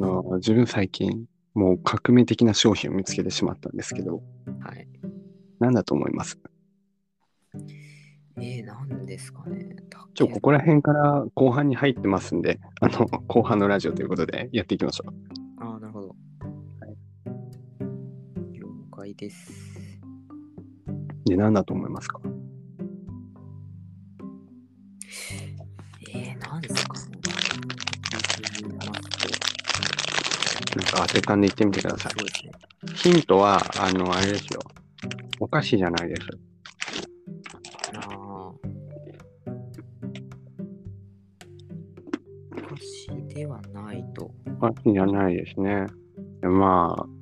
自分最近、もう革命的な商品を見つけてしまったんですけど、 はい。 何だと思います？ 何ですかね。 ここら辺から後半に入ってますんで、後半のラジオということでやっていきましょう。 ああ、なるほど。 はい、 了解です。 で、何だと思いますか？ 何ですかね。聞いてみますなんか当て勘で言ってみてください。 そうですね。 ヒントは、あれですよ。お菓子じゃないです。 お菓子ではないと。 お菓子じゃないですね。まあ、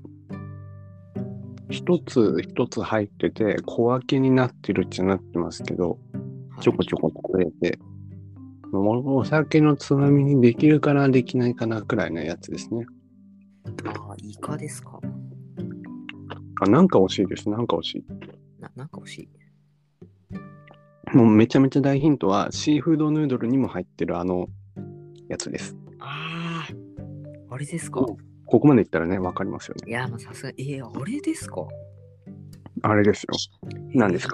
一つ一つ入ってて、小分けになってるっちゃなってますけど、 はい、 ちょこちょこ食べれて、お酒のつまみにできるかな、できないかなくらいのやつですね。 イカですか？ なんか惜しいです。なんか惜しい。 なんか欲しい。 もうめちゃめちゃ大ヒントは、シーフードヌードルにも入ってるやつです。 あれですか？ ここまでいったらね、わかりますよね。 いや、まあさすが、あれですか？ あれですよ。何ですか？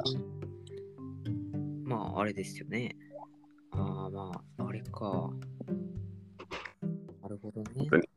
まあ、あれですよね。まあ、あれか。なるほどね。 本当に。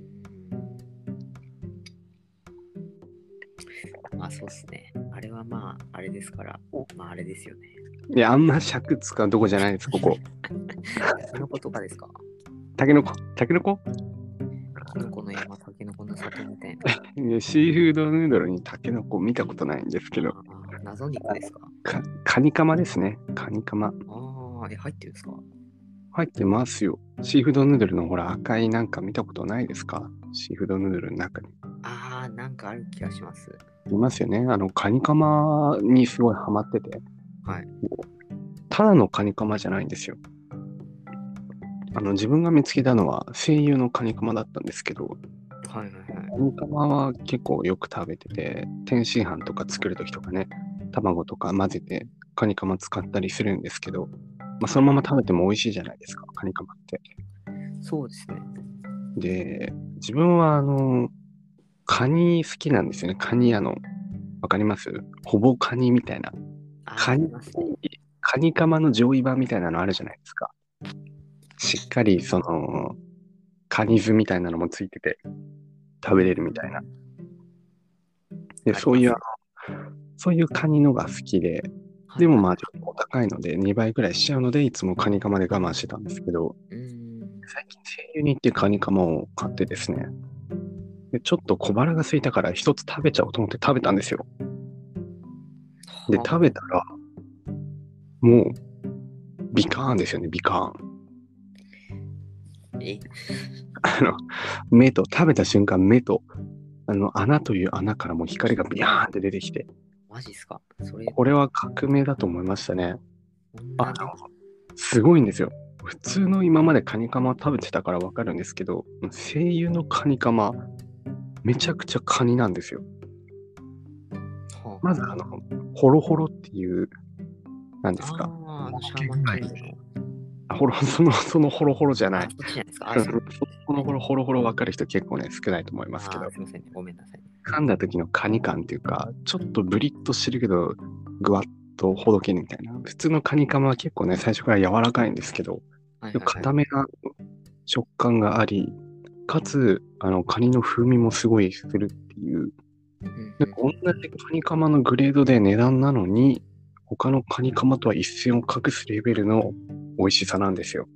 まあ、そうっすね。あれはまあ、あれですから、まあ、あれですよね。 いや、あんま尺使うとこじゃないです、ここ。 タケノコとかですか？ タケノコタケノコキノコの山、タケノコの里みたいな。 シーフードヌードルにタケノコ見たことないんですけど、 謎肉ですか？ カニカマですね。カニカマ。 入ってるんですか？ 入ってますよ。シーフードヌードルのほら赤いなんか見たことないですか？シーフードヌードルの中に。 なんかある気がします。 いますよね。カニカマにすごいハマってて。 はい。 ただのカニカマじゃないんですよ。自分が見つけたのは声優のカニカマだったんですけど、 はいはいはい。 カニカマは結構よく食べてて、天津飯とか作るときとかね、卵とか混ぜてカニカマ使ったりするんですけど、そのまま食べても美味しいじゃないですか、カニカマって。 そうですね。 で、自分はカニ好きなんですよね。カニわかります？ほぼカニみたいな。カニ、 ありますね。 カニカマの上位版みたいなのあるじゃないですか。しっかりカニ酢みたいなのもついてて食べれるみたいな。で、 ありますね。 そういうカニのが好きで、でもまあちょっとお高いので2倍くらいしちゃうので、いつもカニカマで我慢してたんですけど、最近声優に行ってカニカマを買ってですね、でちょっと小腹が空いたから一つ食べちゃおうと思って食べたんですよ。で、食べたら、もう、ビカーンですよね、ビカーン。食べた瞬間、目と、穴という穴からもう光がビヤーンって出てきて、 マジっすか？ これは革命だと思いましたね。 そんなにすごいんですよ。普通の今までカニカマ食べてたからわかるんですけど、声優のカニカマ、めちゃくちゃカニなんですよ。まずホロホロっていう、なんですか。 シャーマンキングの。 そのホロホロじゃない。 そっちじゃないですか。 このホロホロ分かる人結構ね、少ないと思いますけど、 すいませんね。ごめんなさいね。 噛んだ時のカニ感っていうか、ちょっとブリッとしてるけど、ぐわっとほどけるみたいな。普通のカニカマは結構ね、最初から柔らかいんですけど、固めな食感があり、かつ、カニの風味もすごいするっていう。同じカニカマのグレードで値段なのに、他のカニカマとは一線を画すレベルの美味しさなんですよ。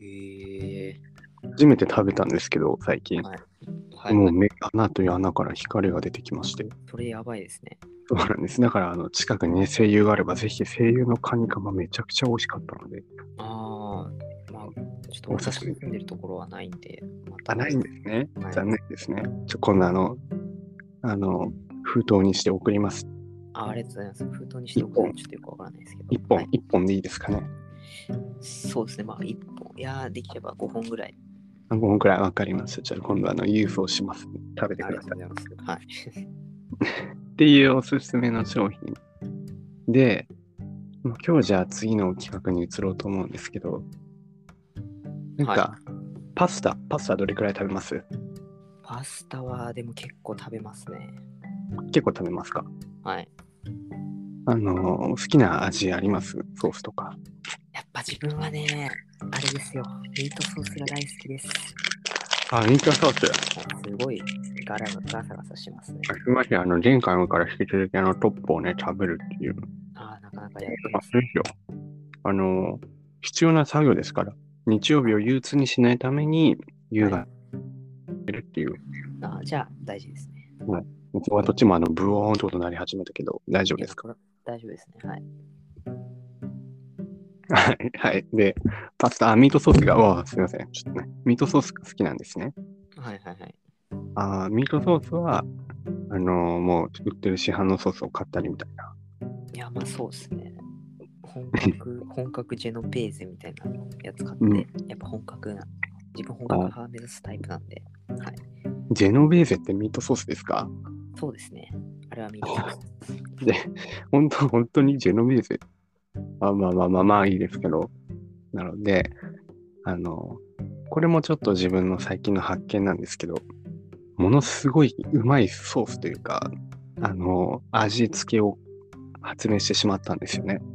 初めて食べたんですけど、最近。もう穴という穴から光が出てきまして。 それやばいですね。 そうなんです。だから、近くにね、声優があれば、ぜひ声優のカニカマめちゃくちゃ美味しかったので。 まあ、ちょっと私が住んでるところはないんで。 ないんですね。残念ですね。今度封筒にして送ります。 ありがとうございます。封筒にして送るのちょっとよくわからないですけど。 一本でいいですかね。 そうですね。まあ、1本。いや、できれば5本ぐらい。 5本くらいわかりました。じゃあ今度UFO します。食べてください。 ありがとうございます。 っていうおすすめの商品。で、今日じゃあ次の企画に移ろうと思うんですけど、パスタどれくらい食べます？ パスタはでも結構食べますね。 結構食べますか？ はい。 好きな味あります？ソースとか。 やっぱ自分はね、あれですよ。ミートソースが大好きです。 あ、ミートソース。 すごいガサガサしますね。 すみません。前回から引き続きトップをね、食べるっていう。 なかなかやってます。 ですよ。必要な作業ですから。日曜日を憂鬱にしないために、優雅に食べるっていう。 じゃあ、大事ですね。 はい。僕はどっちもブオーンとなり始めたけど、大丈夫ですか？ 大丈夫ですね。はい。 はい。はい。で、パスタ、ミートソースが、すみません。ちょっとね、ミートソースが好きなんですね。 はいはいはい。 ミートソースは、もう売ってる市販のソースを買ったりみたいな。 いや、まあそうですね。本格ジェノベーゼみたいなやつ買って、やっぱ自分本格派目指すタイプなんで、はい。 ジェノベーゼってミートソースですか？ そうですね。あれはミートソース。 で、本当にジェノベーゼ。まあいいですけど。なので、これもちょっと自分の最近の発見なんですけど、ものすごいうまいソースというか、味付けを発明してしまったんですよね。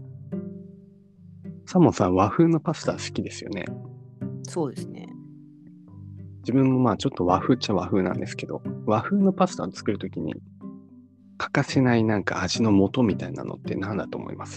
サモさん、和風のパスタ好きですよね。 そうですね。 自分もまあちょっと和風っちゃ和風なんですけど、和風のパスタを作るときに欠かせないなんか味の素みたいなのって何だと思います？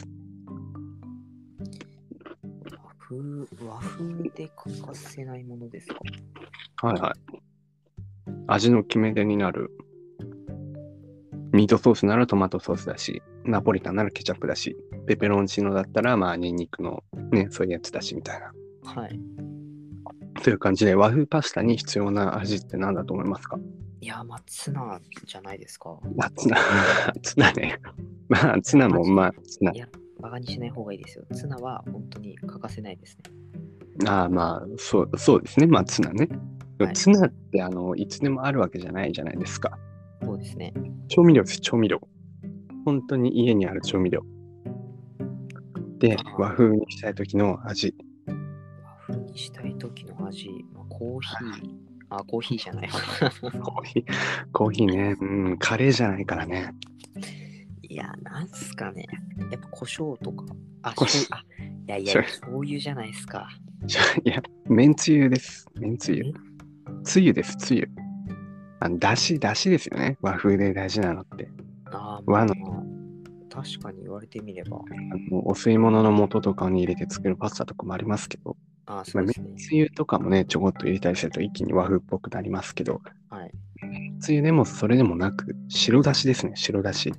和風で欠かせないものですか？ はいはい。味の決め手になる。ミートソースならトマトソースだし、ナポリタンならケチャップだし、ペペロンチーノだったらまあニンニクのね、そういうやつだしみたいな。 はい。 という感じで和風パスタに必要な味って何だと思いますか？ いや、まあツナじゃないですか。 ツナね。まあツナもまあツナ。 いや、バカにしない方がいいですよ。ツナは本当に欠かせないですね。 まあそうですね。まあツナね。 はい、 ツナっていつでもあるわけじゃないじゃないですか。 そうですね。 調味料です、調味料。本当に家にある調味料。で、和風にしたい時の味。 和風にしたい時の味。コーヒー。コーヒーじゃないわ。 コーヒーね。カレーじゃないからね。 いや、なんすかね。やっぱ胡椒とか。いや、醤油じゃないですか。 いや、めんつゆです。めんつゆ。つゆです、つゆ。だしですよね。和風で大事なのって。和の。 確かに言われてみれば。 お吸い物の素とかに入れて作るパスタとかもありますけど、 そうですね。 めんつゆとかもね、ちょこっと入れたりすると一気に和風っぽくなりますけど、 はい。 めんつゆでもそれでもなく、白だしですね、白だし。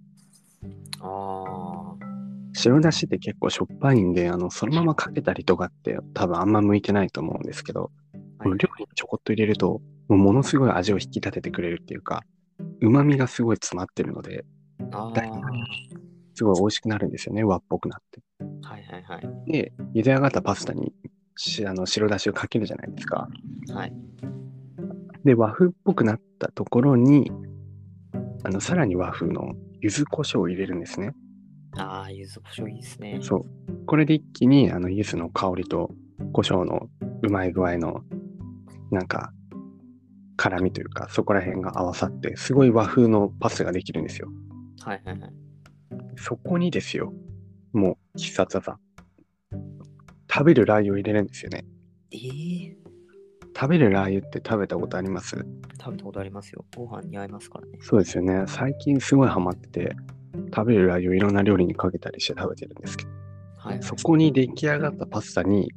白だしって結構しょっぱいんで、そのままかけたりとかって多分あんま向いてないと思うんですけど、この料理にちょこっと入れると、ものすごい味を引き立ててくれるっていうか、旨味がすごい詰まってるので、すごい美味しくなるんですよね、和っぽくなって。 はいはいはい。 で、茹で上がったパスタに白だしをかけるじゃないですか。 はい。 で、和風っぽくなったところに、さらに和風の柚子胡椒を入れるんですね。 柚子胡椒いいですね。 そう。これで一気に柚子の香りと胡椒のうまい具合のなんか辛みというか、そこら辺が合わさって、すごい和風のパスタができるんですよ。 はいはいはい。 そこにですよ、もう必殺技。食べるラー油を入れるんですよね。食べるラー油って食べたことあります？ 食べたことありますよ。ご飯に合いますからね。 そうですよね。最近すごいハマってて、食べるラー油をいろんな料理にかけたりして食べてるんですけど、そこに出来上がったパスタに、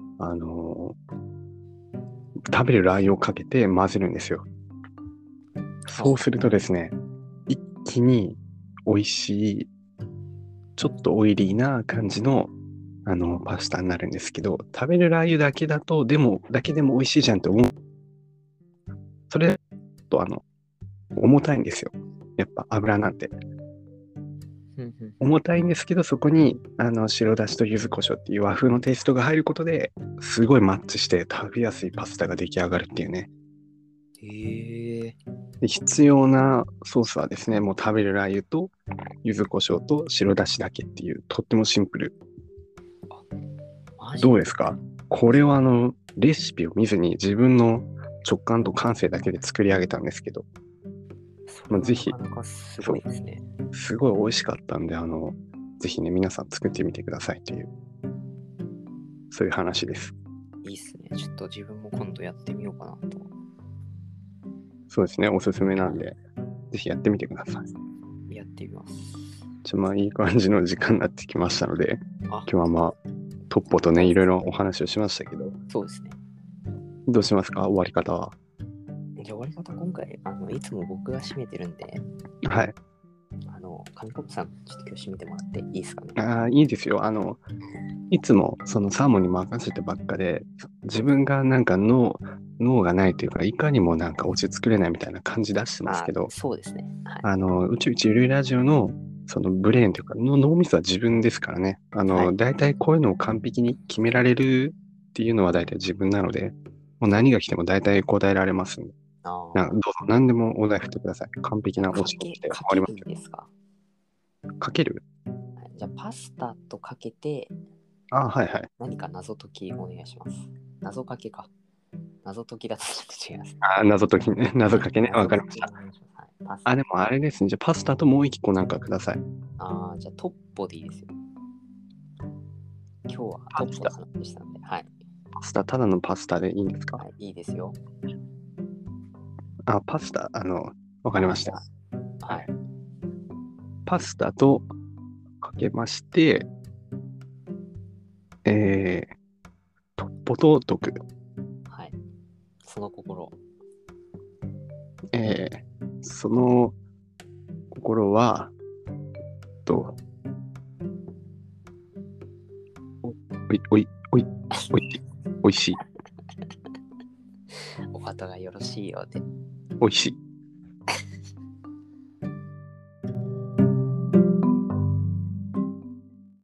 食べるラー油をかけて混ぜるんですよ。そうするとですね、一気に美味しい、ちょっとオイリーな感じの、パスタになるんですけど、食べるラー油だけだと、だけでも美味しいじゃんって思う。それだと、重たいんですよ。やっぱ油なんて。重たいんですけど、そこに、白だしと柚子胡椒っていう和風のテイストが入ることで、すごいマッチして食べやすいパスタが出来上がるっていうね。で必要なソースはですね、もう食べるラー油と柚子胡椒と白だしだけっていう、とってもシンプル。どうですか？これはレシピを見ずに自分の直感と感性だけで作り上げたんですけど、まあ、ぜひ、 なかなかすごいですね。 すごい美味しかったんで、ぜひね、皆さん作ってみてくださいという、そういう話です。 いいっすね。ちょっと自分も今度やってみようかなと。 そうですね、おすすめなんで、ぜひやってみてください。 やってみます。 まあいい感じの時間になってきましたので、今日はまあ、トッポとね、いろいろお話をしましたけど、 そうですね。 どうしますか、終わり方は。 じゃあ終わり方、今回、いつも僕が締めてるんで、 はい。 紙コップさん、ちょっと今日締めてもらっていいですかね。 いいですよ。いつもそのサーモンに任せてばっかで、自分がなんか脳がないというか、いかにもなんかオチ作れないみたいな感じ出してますけど、 そうですね。はい、 うちゆるラジオのそのブレーンというか、脳みそは自分ですからね。大体こういうのを完璧に決められるっていうのは大体自分なので、もう何が来ても大体答えられますんで。どうぞ何でもお題振ってください。完璧なオチとして終わります。 かけるんですか？ かける？ じゃあパスタとかけて、 はいはい。 何か謎解きお願いします。謎かけか。謎解きだとちょっと違います。 謎解きね。謎かけね。わかりました。 はい、 でもあれですね。じゃあパスタともう一個なんかください。 じゃあトッポでいいですよ。今日はトッポの話でしたんで。はい。 パスタ、ただのパスタでいいんですか？ はい、いいですよ。 パスタ、わかりました。 はい。 パスタとかけまして、トッポと解く。 はい。その心。 その心は、おいしい。 お後がよろしいようで。 おいしい。